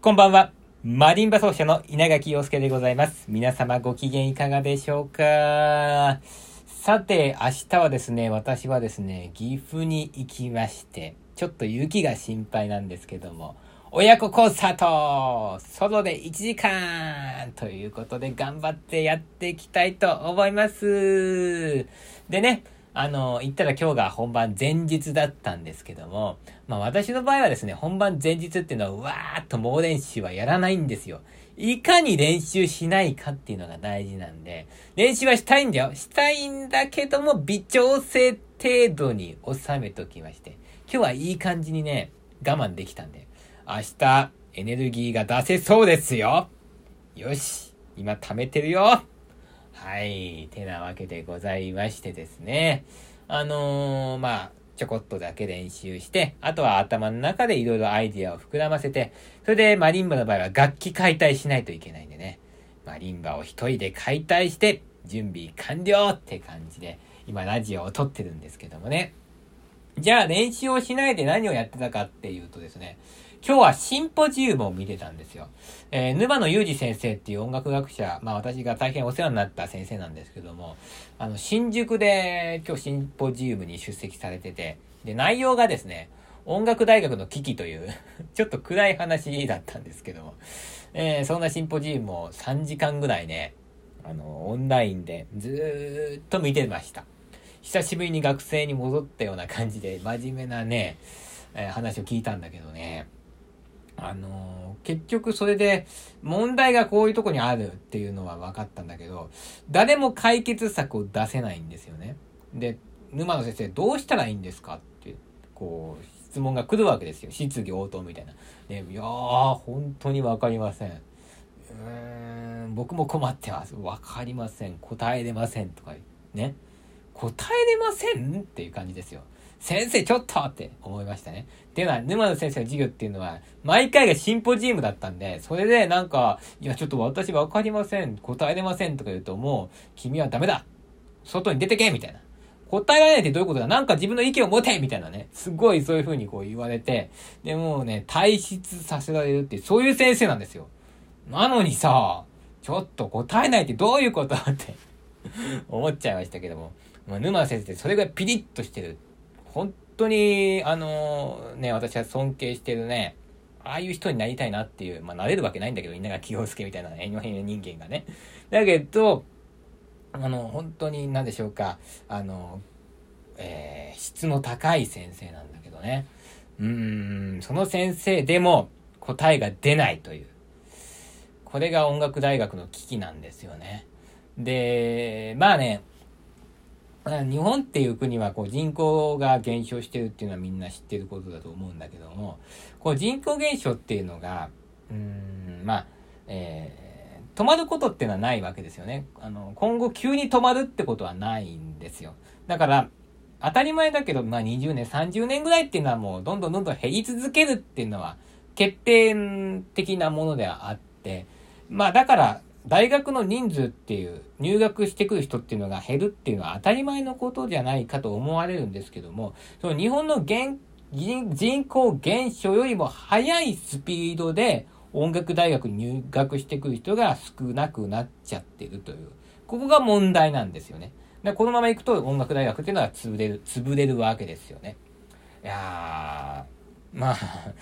こんばんは。マリンバ奏者の稲垣陽介でございます。皆様ご機嫌いかがでしょうか。さて、明日はですね、私はですね、岐阜に行きまして、ちょっと雪が心配なんですけども、親子コンサートソロで1時間ということで頑張ってやっていきたいと思います。でね、言ったら今日が本番前日だったんですけども、私の場合はですね、本番前日っていうのはわーっと猛練習はやらないんですよ。いかに練習しないかっていうのが大事なんで、練習はしたいんだよ。したいんだけども、微調整程度に収めときまして、今日はいい感じにね、我慢できたんで、明日エネルギーが出せそうですよ。よし、今貯めてるよ。はい、てなわけでございましてですね。ちょこっとだけ練習して、あとは頭の中でいろいろアイディアを膨らませて、それでマリンバの場合は楽器解体しないといけないんでね。マリンバを一人で解体して、準備完了って感じで、今ラジオを撮ってるんですけどもね。じゃあ練習をしないで何をやってたかっていうとですね、今日はシンポジウムを見てたんですよ。沼野裕二先生っていう音楽学者、私が大変お世話になった先生なんですけども、新宿で今日シンポジウムに出席されてて、で、内容がですね、音楽大学の危機というちょっと暗い話だったんですけども、そんなシンポジウムを3時間ぐらいね、オンラインでずーっと見てました。久しぶりに学生に戻ったような感じで真面目なね、話を聞いたんだけどね。結局それで問題がこういうとこにあるっていうのは分かったんだけど、誰も解決策を出せないんですよね。で、沼野先生どうしたらいいんですかって、こう、質問が来るわけですよ。質疑応答みたいな。ね、いやー、本当に分かりません。僕も困ってます。分かりません。答えれません。とかね。答えれませんっていう感じですよ。先生ちょっとって思いましたね。っていうのは、沼野先生の授業っていうのは、毎回がシンポジウムだったんで、それでなんか、いやちょっと私わかりません、答えれませんとか言うと、もう、君はダメだ、外に出てけみたいな。答えられないってどういうことだ、なんか自分の意見を持てみたいなね。すごいそういう風にこう言われて、でもうね、退出させられるっていう、そういう先生なんですよ。なのにさ、ちょっと答えないってどういうことって思っちゃいましたけども。沼野先生それがピリッとしてる。本当に、私は尊敬してるね。ああいう人になりたいなっていう、なれるわけないんだけど、稲垣陽介みたいな縁の変な人間がね。だけど、本当に何でしょうか、質の高い先生なんだけどね。その先生でも答えが出ないという。これが音楽大学の危機なんですよね。で、日本っていう国はこう人口が減少してるっていうのはみんな知ってることだと思うんだけども、こう人口減少っていうのが、止まることっていうのはないわけですよね。今後急に止まるってことはないんですよ。だから、当たり前だけど、20年、30年ぐらいっていうのはもうどんどん減り続けるっていうのは決定的なものではあって、だから、大学の人数っていう入学してくる人っていうのが減るっていうのは当たり前のことじゃないかと思われるんですけども、その日本の人口減少よりも速いスピードで音楽大学に入学してくる人が少なくなっちゃってるという、ここが問題なんですよね。でこのまま行くと音楽大学っていうのは潰れるわけですよね。いやー、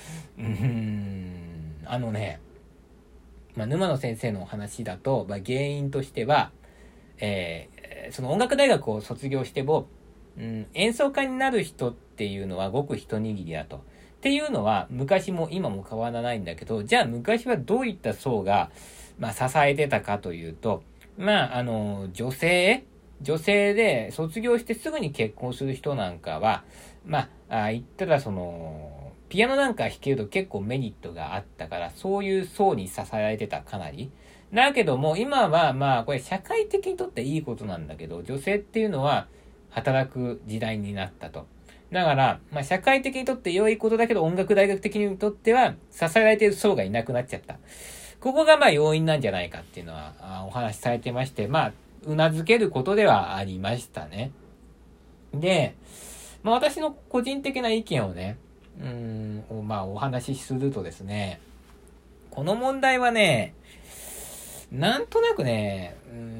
沼野先生の話だと、原因としては、その音楽大学を卒業しても、演奏家になる人っていうのはごく一握りだと。っていうのは昔も今も変わらないんだけど、じゃあ昔はどういった層が、支えてたかというと、女性で卒業してすぐに結婚する人なんかは、言ったらピアノなんか弾けると結構メリットがあったから、そういう層に支えられてたかなり。だけども、今はこれ社会的にとっていいことなんだけど、女性っていうのは働く時代になったと。だから、社会的にとって良いことだけど、音楽大学的にとっては支えられている層がいなくなっちゃった。ここが要因なんじゃないかっていうのはお話しされてまして、うなずけることではありましたね。で、私の個人的な意見をね、お話しするとですね、 この問題はね、なんとなくね、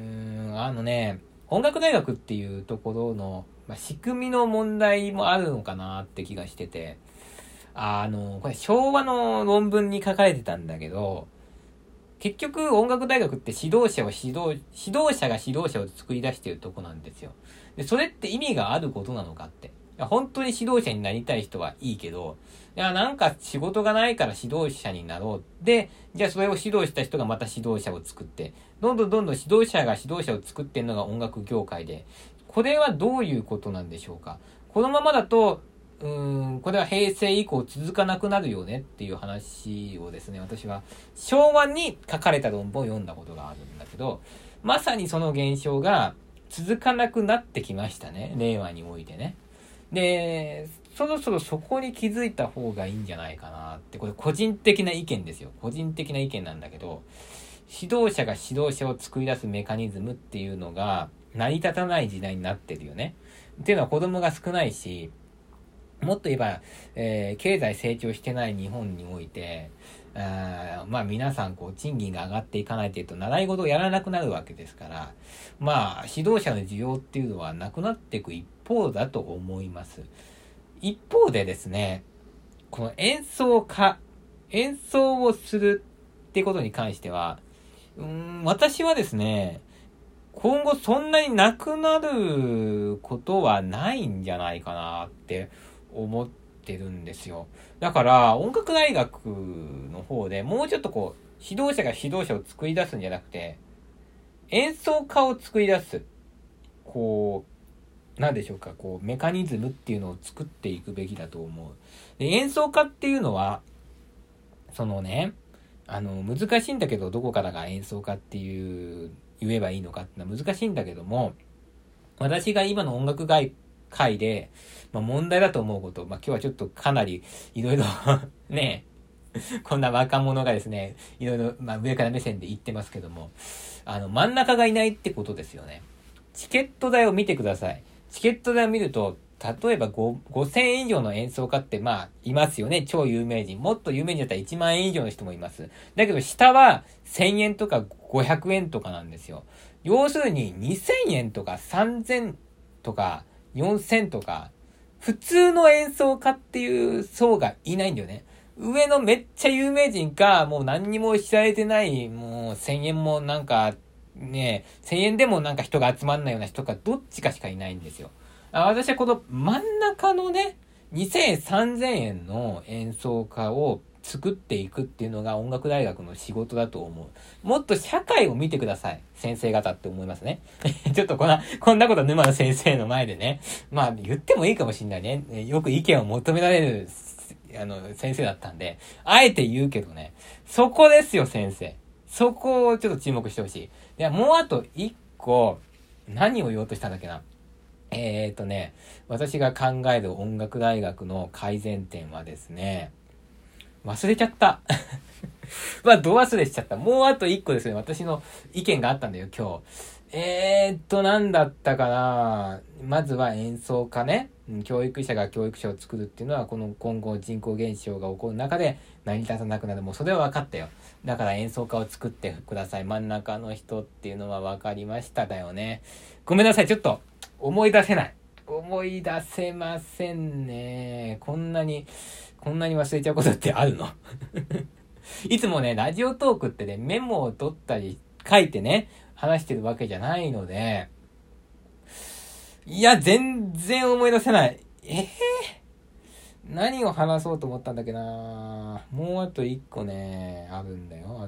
音楽大学っていうところの、仕組みの問題もあるのかなって気がしてて、これ昭和の論文に書かれてたんだけど、結局音楽大学って指導者が指導者を作り出しているとこなんですよ。で、それって意味があることなのかって。本当に指導者になりたい人はいいけど、なんか仕事がないから指導者になろう。で、じゃあそれを指導した人がまた指導者を作って、どんどん指導者が指導者を作っているのが音楽業界で、これはどういうことなんでしょうか。このままだと、これは平成以降続かなくなるよねっていう話をですね、私は昭和に書かれた論文を読んだことがあるんだけど、まさにその現象が続かなくなってきましたね。令和においてね。で、そろそろそこに気づいた方がいいんじゃないかなって、これ個人的な意見ですよ。個人的な意見なんだけど、指導者が指導者を作り出すメカニズムっていうのが成り立たない時代になってるよね。っていうのは子供が少ないし、もっと言えば、経済成長してない日本において、皆さん賃金が上がっていかないというと習い事をやらなくなるわけですから、指導者の需要っていうのはなくなっていく一方だと思います。一方でですね、この演奏をするってことに関しては、私はですね、今後そんなになくなることはないんじゃないかなって思ってるんですよ。だから音楽大学の方でもうちょっと指導者が指導者を作り出すんじゃなくて、演奏家を作り出すなんでしょうか、メカニズムっていうのを作っていくべきだと思う。で、演奏家っていうのは難しいんだけど、どこからが演奏家って言えばいいのかってのは難しいんだけども、私が今の音楽界で、問題だと思うこと、今日はちょっとかなりいろいろね、こんな若者がですね、いろいろ上から目線で言ってますけども、真ん中がいないってことですよね。チケット代を見てください。チケット代を見ると、例えば5000円以上の演奏家っていますよね。超有名人。もっと有名人だったら1万円以上の人もいます。だけど下は1000円とか500円とかなんですよ。要するに2000円とか3000とか4000とか、普通の演奏家っていう層がいないんだよね。上のめっちゃ有名人か、もう何にも知られてない、もう1000円も1000円でも人が集まんないような人か、どっちかしかいないんですよ。私はこの真ん中のね、2000円、3000円の演奏家を作っていくっていうのが音楽大学の仕事だと思う。もっと社会を見てください。先生方って思いますね。ちょっとこんなこと沼田先生の前でね、言ってもいいかもしんないね。よく意見を求められる、先生だったんで、あえて言うけどね、そこですよ、先生。そこをちょっと注目してほしい。で、もうあと一個、何を言おうとしたんだっけな。私が考える音楽大学の改善点はですね、忘れちゃった。ど忘れしちゃった。もうあと一個ですね、私の意見があったんだよ、今日。なんだったかな。まずは演奏家ね。教育者が教育者を作るっていうのは、この今後人口減少が起こる中で成り立たなくなる。もうそれは分かったよ。だから演奏家を作ってください。真ん中の人っていうのは分かりましただよね。ごめんなさい、ちょっと思い出せない。思い出せませんね。こんなに忘れちゃうことってあるのいつもね、ラジオトークってね、メモを取ったり書いてね、話してるわけじゃないので、いや、全然思い出せない。何を話そうと思ったんだっけな。もうあと一個ね、あるんだよ。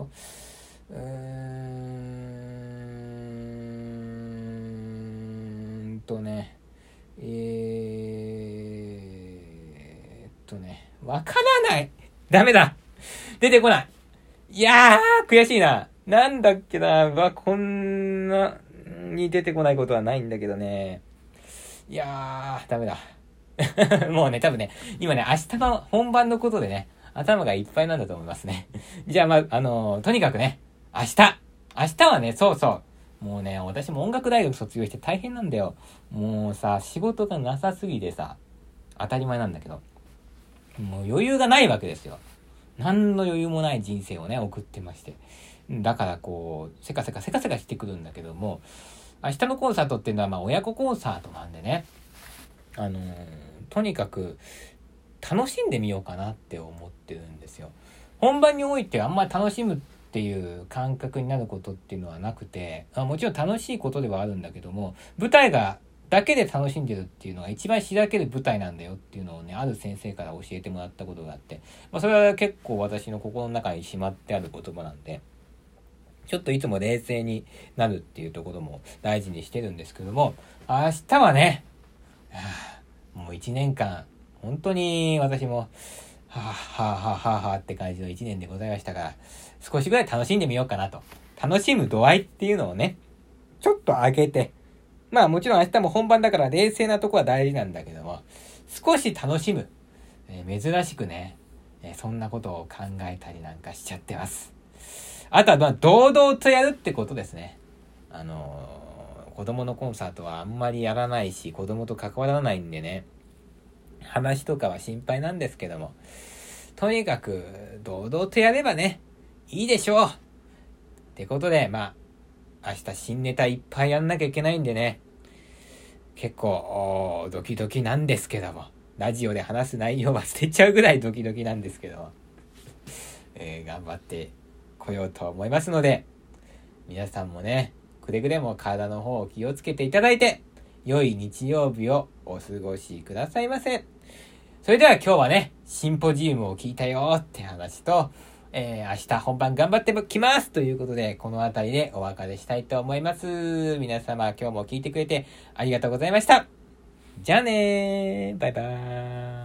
わからない。ダメだ。出てこない。いやー、悔しいな。なんだっけな。こんなに出てこないことはないんだけどね。いやー、ダメだ。もうね、多分ね、今ね、明日の本番のことでね、頭がいっぱいなんだと思いますね。じゃあ、とにかくね、明日はね、そう。もうね、私も音楽大学卒業して大変なんだよ。もうさ、仕事がなさすぎてさ、当たり前なんだけど、もう余裕がないわけですよ。 何の余裕もない人生をね、送ってまして。だからこう、せかせかしてくるんだけども、明日のコンサートっていうのは親子コンサートなんでね、とにかく楽しんでみようかなって思ってるんですよ。本番においてあんまり楽しむっていう感覚になることっていうのはなくて、もちろん楽しいことではあるんだけども、舞台だけで楽しんでるっていうのが一番しらける舞台なんだよっていうのをね、ある先生から教えてもらったことがあって、それは結構私の心の中にしまってある言葉なんで、ちょっといつも冷静になるっていうところも大事にしてるんですけども、明日はね、もう1年間、本当に私も、って感じの1年でございましたから、少しぐらい楽しんでみようかなと。楽しむ度合いっていうのをね、ちょっと上げて、もちろん明日も本番だから冷静なとこは大事なんだけども、少し楽しむ。珍しくね、そんなことを考えたりなんかしちゃってます。あとは堂々とやるってことですね。子供のコンサートはあんまりやらないし、子供と関わらないんでね、話とかは心配なんですけども、とにかく堂々とやればね、いいでしょうってことで、明日新ネタいっぱいやんなきゃいけないんでね、結構ドキドキなんですけども、ラジオで話す内容は捨てちゃうぐらいドキドキなんですけども、頑張ってこようと思いますので、皆さんもね、くれぐれも体の方を気をつけていただいて、良い日曜日をお過ごしくださいませ。それでは今日はね、シンポジウムを聞いたよって話と、明日本番頑張ってきますということで、この辺りでお別れしたいと思います。皆様今日も聞いてくれてありがとうございました。じゃあねー。バイバーイ。